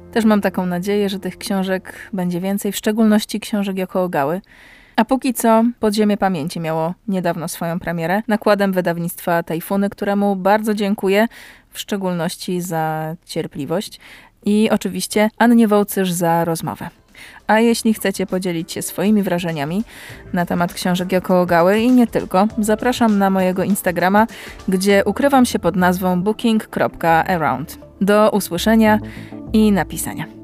[SPEAKER 1] Też mam taką nadzieję, że tych książek będzie więcej, w szczególności książek Yoko Ogały. A póki co Podziemie Pamięci miało niedawno swoją premierę nakładem wydawnictwa Tajfuny, któremu bardzo dziękuję, w szczególności za cierpliwość i oczywiście Annie Wołcysz za rozmowę. A jeśli chcecie podzielić się swoimi wrażeniami na temat książek Yoko Ogały i nie tylko, zapraszam na mojego Instagrama, gdzie ukrywam się pod nazwą booking.around. Do usłyszenia i napisania.